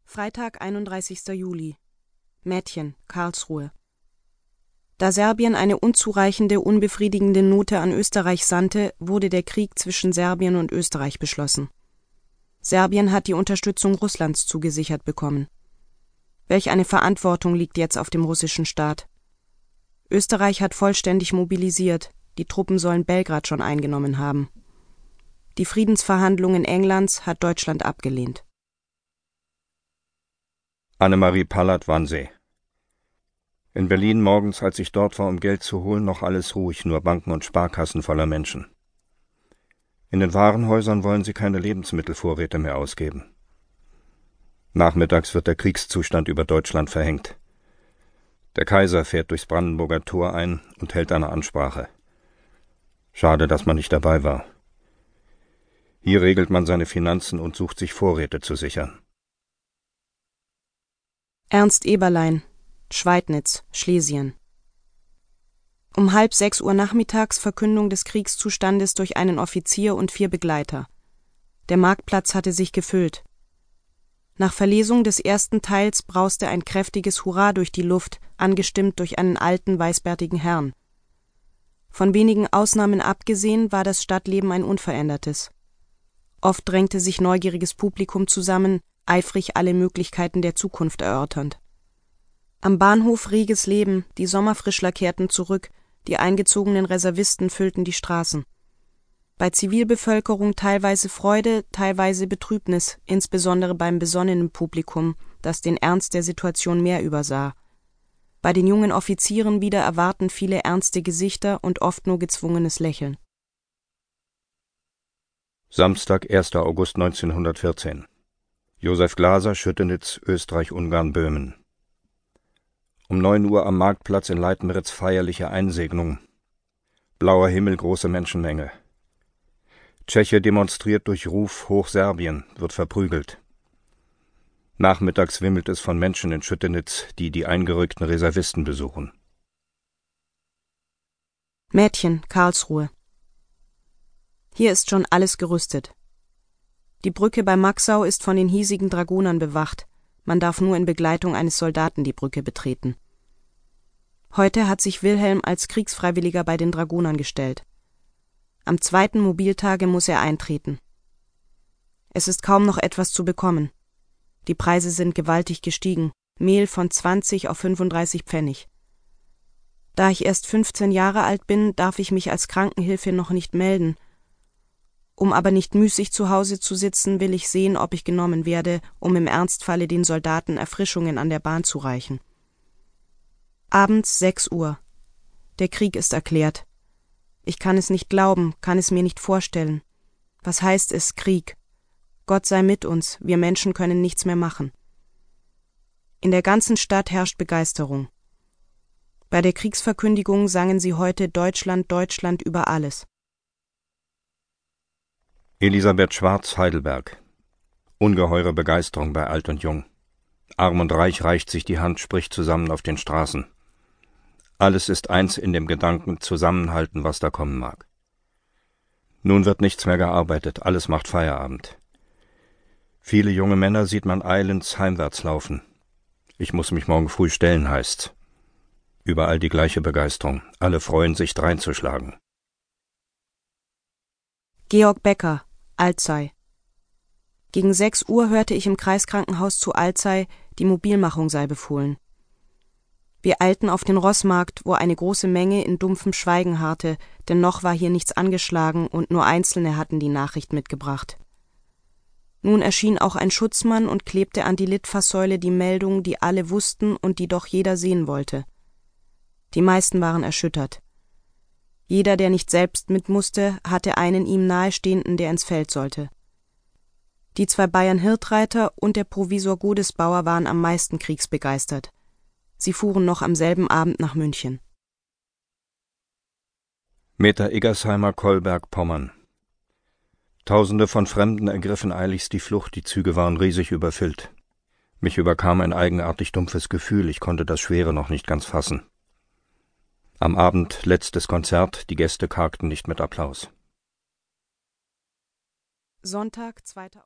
Freitag, 31. Juli. Mädchen, Karlsruhe. Da Serbien eine unzureichende, unbefriedigende Note an Österreich sandte, wurde der Krieg zwischen Serbien und Österreich beschlossen. Serbien hat die Unterstützung Russlands zugesichert bekommen. Welch eine Verantwortung liegt jetzt auf dem russischen Staat? Österreich hat vollständig mobilisiert, die Truppen sollen Belgrad schon eingenommen haben. Die Friedensverhandlungen Englands hat Deutschland abgelehnt. Annemarie Pallert-Wannsee. In Berlin morgens, als ich dort war, um Geld zu holen, noch alles ruhig, nur Banken und Sparkassen voller Menschen. In den Warenhäusern wollen sie keine Lebensmittelvorräte mehr ausgeben. Nachmittags wird der Kriegszustand über Deutschland verhängt. Der Kaiser fährt durchs Brandenburger Tor ein und hält eine Ansprache. Schade, dass man nicht dabei war. Hier regelt man seine Finanzen und sucht sich Vorräte zu sichern. Ernst Eberlein, Schweidnitz, Schlesien. Um 5:30 nachmittags Verkündung des Kriegszustandes durch einen Offizier und 4 Begleiter. Der Marktplatz hatte sich gefüllt. Nach Verlesung des ersten Teils brauste ein kräftiges Hurra durch die Luft, angestimmt durch einen alten, weißbärtigen Herrn. Von wenigen Ausnahmen abgesehen war das Stadtleben ein unverändertes. Oft drängte sich neugieriges Publikum zusammen, eifrig alle Möglichkeiten der Zukunft erörternd. Am Bahnhof reges Leben, die Sommerfrischler kehrten zurück, die eingezogenen Reservisten füllten die Straßen. Bei Zivilbevölkerung teilweise Freude, teilweise Betrübnis, insbesondere beim besonnenen Publikum, das den Ernst der Situation mehr übersah. Bei den jungen Offizieren wieder erwarten viele ernste Gesichter und oft nur gezwungenes Lächeln. Samstag, 1. August 1914. Josef Glaser, Schüttenitz, Österreich-Ungarn-Böhmen. Um 9 Uhr am Marktplatz in Leitmeritz feierliche Einsegnung. Blauer Himmel, große Menschenmenge. Tscheche demonstriert durch Ruf Hoch Serbien, wird verprügelt. Nachmittags wimmelt es von Menschen in Schüttenitz, die die eingerückten Reservisten besuchen. Mädchen, Karlsruhe. Hier ist schon alles gerüstet. Die Brücke bei Maxau ist von den hiesigen Dragonern bewacht. Man darf nur in Begleitung eines Soldaten die Brücke betreten. Heute hat sich Wilhelm als Kriegsfreiwilliger bei den Dragonern gestellt. Am 2. Mobiltage muss er eintreten. Es ist kaum noch etwas zu bekommen. Die Preise sind gewaltig gestiegen, Mehl von 20 auf 35 Pfennig. Da ich erst 15 Jahre alt bin, darf ich mich als Krankenhilfe noch nicht melden. Um aber nicht müßig zu Hause zu sitzen, will ich sehen, ob ich genommen werde, um im Ernstfalle den Soldaten Erfrischungen an der Bahn zu reichen. Abends 6 Uhr. Der Krieg ist erklärt. Ich kann es nicht glauben, kann es mir nicht vorstellen. Was heißt es, Krieg? Gott sei mit uns, wir Menschen können nichts mehr machen. In der ganzen Stadt herrscht Begeisterung. Bei der Kriegsverkündigung sangen sie heute Deutschland, Deutschland über alles. Elisabeth Schwarz, Heidelberg. Ungeheure Begeisterung bei Alt und Jung. Arm und Reich reicht sich die Hand, spricht zusammen auf den Straßen. Alles ist eins in dem Gedanken, zusammenhalten, was da kommen mag. Nun wird nichts mehr gearbeitet, alles macht Feierabend. Viele junge Männer sieht man eilends heimwärts laufen. Ich muss mich morgen früh stellen, heißt's. Überall die gleiche Begeisterung, alle freuen sich dreinzuschlagen. Georg Becker, Alzey. Gegen 6 Uhr hörte ich im Kreiskrankenhaus zu Alzey, die Mobilmachung sei befohlen. Wir eilten auf den Rossmarkt, wo eine große Menge in dumpfem Schweigen harrte, denn noch war hier nichts angeschlagen und nur Einzelne hatten die Nachricht mitgebracht. Nun erschien auch ein Schutzmann und klebte an die Litfaßsäule die Meldung, die alle wussten und die doch jeder sehen wollte. Die meisten waren erschüttert. Jeder, der nicht selbst mit musste, hatte einen ihm nahestehenden, der ins Feld sollte. Die 2 Bayern-Hirthreiter und der Provisor Godesbauer waren am meisten kriegsbegeistert. Sie fuhren noch am selben Abend nach München. Meta Iggersheimer, Kolberg, Pommern. Tausende von Fremden ergriffen eiligst die Flucht, die Züge waren riesig überfüllt. Mich überkam ein eigenartig dumpfes Gefühl, ich konnte das Schwere noch nicht ganz fassen. Am Abend letztes Konzert, die Gäste kargten nicht mit Applaus. Sonntag, 2.